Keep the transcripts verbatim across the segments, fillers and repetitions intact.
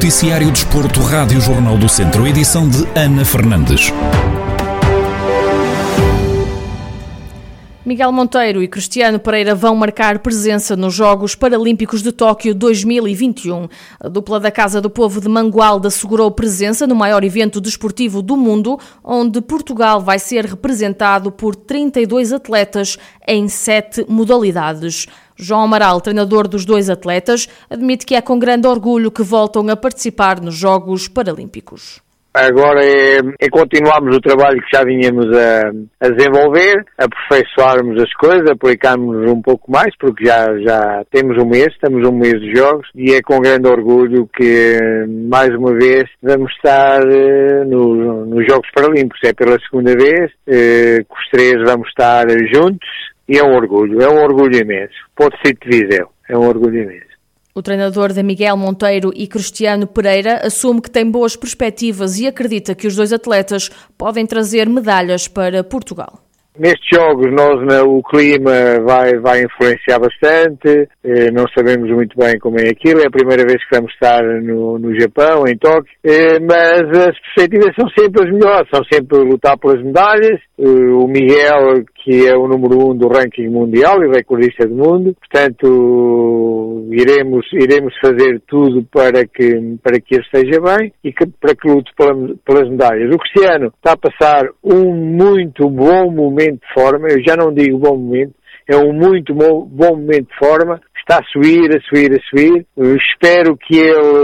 Noticiário Desporto, Rádio Jornal do Centro, edição de Ana Fernandes. Miguel Monteiro e Cristiano Pereira vão marcar presença nos Jogos Paralímpicos de Tóquio dois mil e vinte e um. A dupla da Casa do Povo de Mangualde assegurou presença no maior evento desportivo do mundo, onde Portugal vai ser representado por trinta e dois atletas em sete modalidades. João Amaral, treinador dos dois atletas, admite que é com grande orgulho que voltam a participar nos Jogos Paralímpicos. Agora é, é continuarmos o trabalho que já vínhamos a, a desenvolver, aperfeiçoarmos as coisas, aplicarmos um pouco mais, porque já, já temos um mês, estamos um mês de jogos, e é com grande orgulho que, mais uma vez, vamos estar uh, no, nos Jogos Paralímpicos. É pela segunda vez uh, que os três vamos estar juntos, e é um orgulho, é um orgulho imenso. Pode ser de Viseu, é um orgulho imenso. O treinador de Miguel Monteiro e Cristiano Pereira assume que tem boas perspectivas e acredita que os dois atletas podem trazer medalhas para Portugal. Nestes jogos nós, o clima vai, vai influenciar bastante, eh, não sabemos muito bem como é aquilo, é a primeira vez que vamos estar no, no Japão, em Tóquio, eh, mas as perspectivas são sempre as melhores, são sempre lutar pelas medalhas. Eh, o Miguel, que é o número um do ranking mundial e recordista do mundo, portanto iremos, iremos fazer tudo para que, para que ele esteja bem e que, para que lute pelas medalhas. O Cristiano está a passar um muito bom momento de forma, eu já não digo bom momento, é um muito bom, bom momento de forma, está a subir, a subir, a subir. Eu espero que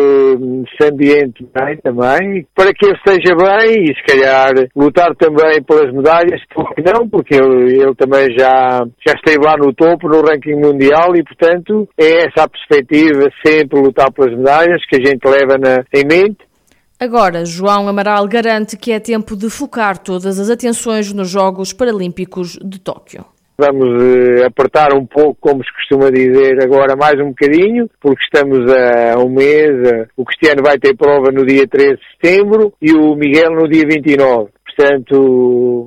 ele se ambiente bem também, para que ele esteja bem e se calhar lutar também pelas medalhas, porque não, porque ele, ele também já, já esteve lá no topo, no ranking mundial, e portanto é essa a perspectiva, sempre lutar pelas medalhas, que a gente leva na, em mente. Agora, João Amaral garante que é tempo de focar todas as atenções nos Jogos Paralímpicos de Tóquio. Vamos uh, apertar um pouco, como se costuma dizer, agora mais um bocadinho, porque estamos a um mês. Uh, o Cristiano vai ter prova no dia treze de setembro e o Miguel no dia vinte e nove. Portanto,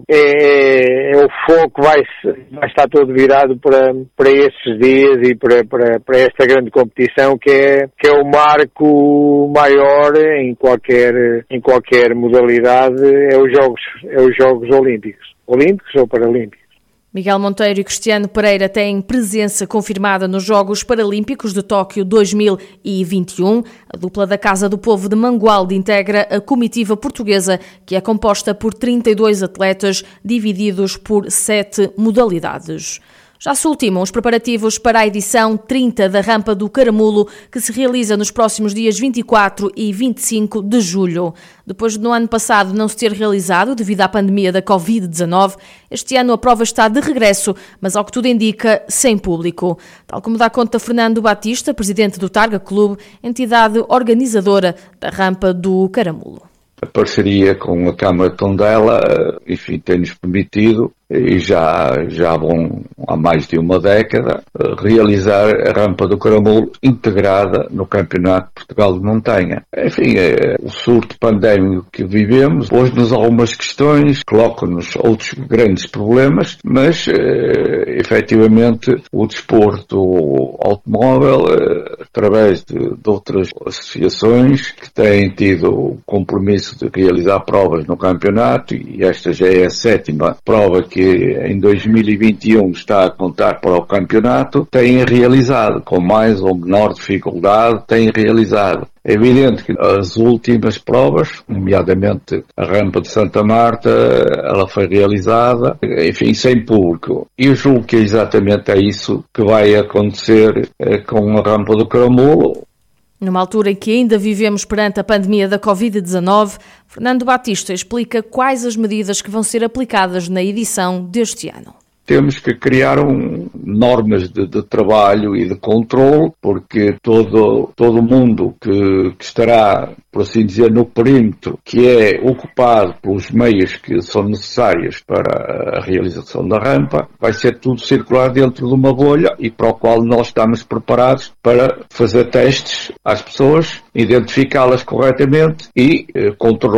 é, é o foco vai, vai estar todo virado para, para esses dias e para, para, para esta grande competição que é, que é o marco maior em qualquer, em qualquer modalidade, é os Jogos, é os Jogos Olímpicos, Olímpicos ou Paralímpicos. Miguel Monteiro e Cristiano Pereira têm presença confirmada nos Jogos Paralímpicos de Tóquio dois mil e vinte e um. A dupla da Casa do Povo de Mangualde integra a comitiva portuguesa, que é composta por trinta e dois atletas, divididos por sete modalidades. Já se ultimam os preparativos para a edição trinta da Rampa do Caramulo, que se realiza nos próximos dias vinte e quatro e vinte e cinco de julho. Depois de no ano passado não se ter realizado devido à pandemia da covid dezanove, este ano a prova está de regresso, mas ao que tudo indica, sem público. Tal como dá conta Fernando Batista, presidente do Targa Clube, entidade organizadora da Rampa do Caramulo. A parceria com a Câmara de Tondela, enfim, tem-nos permitido, e já, já vão há mais de uma década, realizar a Rampa do Caramulo integrada no Campeonato de Portugal de Montanha. Enfim, é, o surto pandémico que vivemos pôs-nos algumas questões, coloca-nos outros grandes problemas, mas é, efetivamente o desporto automóvel, é, através de, de outras associações que têm tido o compromisso de realizar provas no campeonato, e esta já é a sétima prova que em dois mil e vinte e um está a contar para o campeonato, têm realizado, com mais ou menor dificuldade, têm realizado. É evidente que as últimas provas, nomeadamente a Rampa de Santa Marta, ela foi realizada, enfim, sem público. E eu julgo que é exatamente é isso que vai acontecer com a Rampa do Caramulo. Numa altura em que ainda vivemos perante a pandemia da covid dezanove, Fernando Batista explica quais as medidas que vão ser aplicadas na edição deste ano. Temos que criar um, normas de, de trabalho e de controle, porque todo todo mundo que, que estará, por assim dizer, no perímetro, que é ocupado pelos meios que são necessários para a realização da rampa, vai ser tudo circular dentro de uma bolha, e para o qual nós estamos preparados para fazer testes às pessoas, identificá-las corretamente e eh, controlar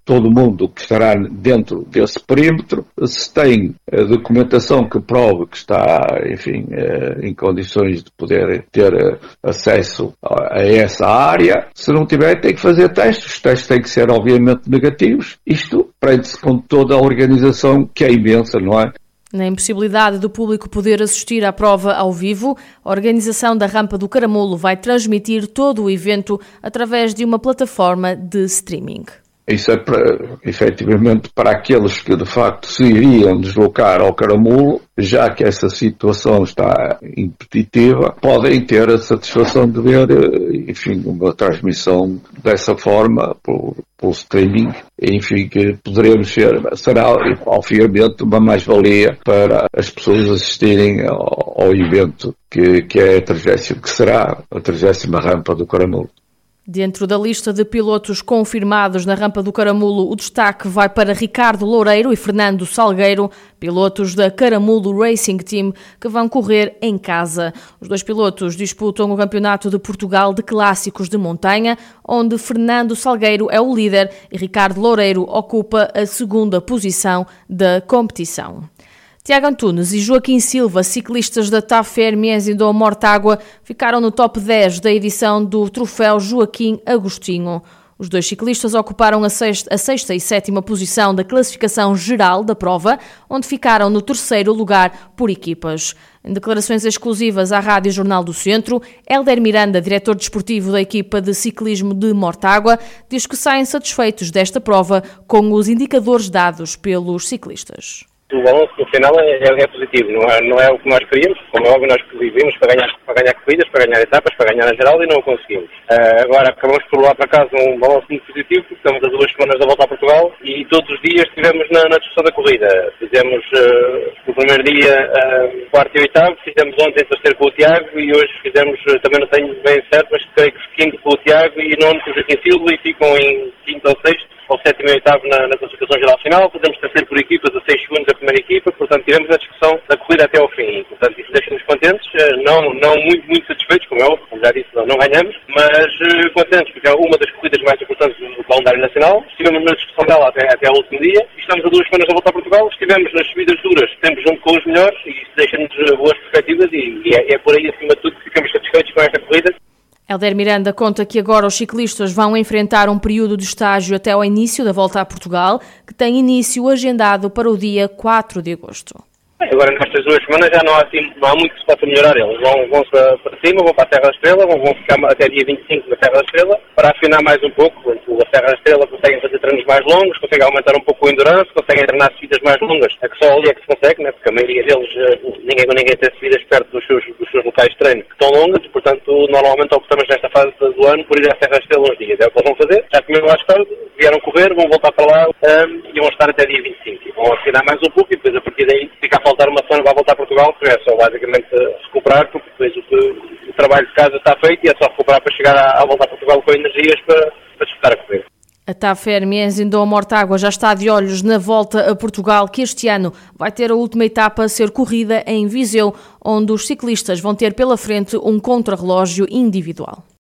todo mundo que estará dentro desse perímetro, se tem a documentação que prove que está, enfim, em condições de poder ter acesso a essa área. Se não tiver, tem que fazer testes. Os testes têm que ser, obviamente, negativos. Isto prende-se com toda a organização, que é imensa, não é? Na impossibilidade do público poder assistir à prova ao vivo, a organização da Rampa do Caramulo vai transmitir todo o evento através de uma plataforma de streaming. Isso é, para, efetivamente, para aqueles que, de facto, se iriam deslocar ao Caramulo, já que essa situação está impeditiva, podem ter a satisfação de ver, enfim, uma transmissão dessa forma, por, por streaming, enfim, que poderemos ser, será, obviamente, uma mais-valia para as pessoas assistirem ao, ao evento, que, que é a trigésima, que será a trigésima Rampa do Caramulo. Dentro da lista de pilotos confirmados na Rampa do Caramulo, o destaque vai para Ricardo Loureiro e Fernando Salgueiro, pilotos da Caramulo Racing Team, que vão correr em casa. Os dois pilotos disputam o Campeonato de Portugal de Clássicos de Montanha, onde Fernando Salgueiro é o líder e Ricardo Loureiro ocupa a segunda posição da competição. Tiago Antunes e Joaquim Silva, ciclistas da Tafer Mies Indom Mortágua, ficaram no top dez da edição do Troféu Joaquim Agostinho. Os dois ciclistas ocuparam a sexta, a sexta e sétima posição da classificação geral da prova, onde ficaram no terceiro lugar por equipas. Em declarações exclusivas à Rádio Jornal do Centro, Hélder Miranda, diretor desportivo da equipa de ciclismo de Mortágua, diz que saem satisfeitos desta prova com os indicadores dados pelos ciclistas. O balanço no final é, é, é positivo, não é, não é o que nós queríamos, como é óbvio nós vivemos para ganhar, para ganhar corridas, para ganhar etapas, para ganhar a geral e não o conseguimos. Uh, agora acabamos por lá para casa um balanço muito positivo, porque estamos a duas semanas da volta a Portugal e todos os dias estivemos na, na discussão da corrida. Fizemos uh, no primeiro dia uh, quarto e oitavo, fizemos ontem terceiro com o Tiago e hoje fizemos, uh, também não tenho bem certo, mas creio que quinto com o Tiago e nono com o Joaquim Silva e ficam em quinto ou sexto, ou sétimo e oitavo na, na classificação geral final. Fazemos terceiro por equipas a seis segundos da primeira equipa, portanto tivemos a discussão da corrida até ao fim. Portanto, isso deixa-nos contentes, não, não muito, muito satisfeitos, como é óbvio, como já disse, não, não ganhamos, mas uh, contentes, porque é uma das corridas mais importantes do calendário nacional. Estivemos na discussão dela até, até ao último dia, e estamos a duas semanas a voltar a Portugal, estivemos nas subidas duras, sempre junto com os melhores, e isso deixa-nos boas perspectivas, e, e é, é por aí, acima de tudo, que ficamos satisfeitos com esta corrida. Hélder Miranda conta que agora os ciclistas vão enfrentar um período de estágio até ao início da volta a Portugal, que tem início agendado para o dia quatro de agosto. Agora, nestas duas semanas, já não há, assim, não há muito que se possa melhorar. Eles vão, vão para cima, vão para a Serra da Estrela, vão, vão ficar até dia vinte e cinco na Serra da Estrela, para afinar mais um pouco. A Serra da Estrela conseguem fazer treinos mais longos, conseguem aumentar um pouco o endurance, conseguem treinar subidas mais longas. É que só ali é que se consegue, né? Porque a maioria deles, ninguém, ninguém tem subidas perto dos seus, dos seus locais de treino, que estão longas, e, portanto, normalmente optamos nesta fase do ano por ir à Serra da Estrela uns dias. É o que eles vão fazer. Já comeram às tarde, vieram correr, vão voltar para lá um, e vão estar até dia vinte e cinco. E vão afinar mais um pouco e depois, a partir daí, fica a faltar uma semana para voltar a Portugal, que é só basicamente recuperar, porque depois o, que, o trabalho de casa está feito e é só recuperar para chegar à, à volta a Portugal com energias para, para disputar a corrida. A Tafer Mies Indom Mortágua já está de olhos na volta a Portugal, que este ano vai ter a última etapa a ser corrida em Viseu, onde os ciclistas vão ter pela frente um contrarrelógio individual.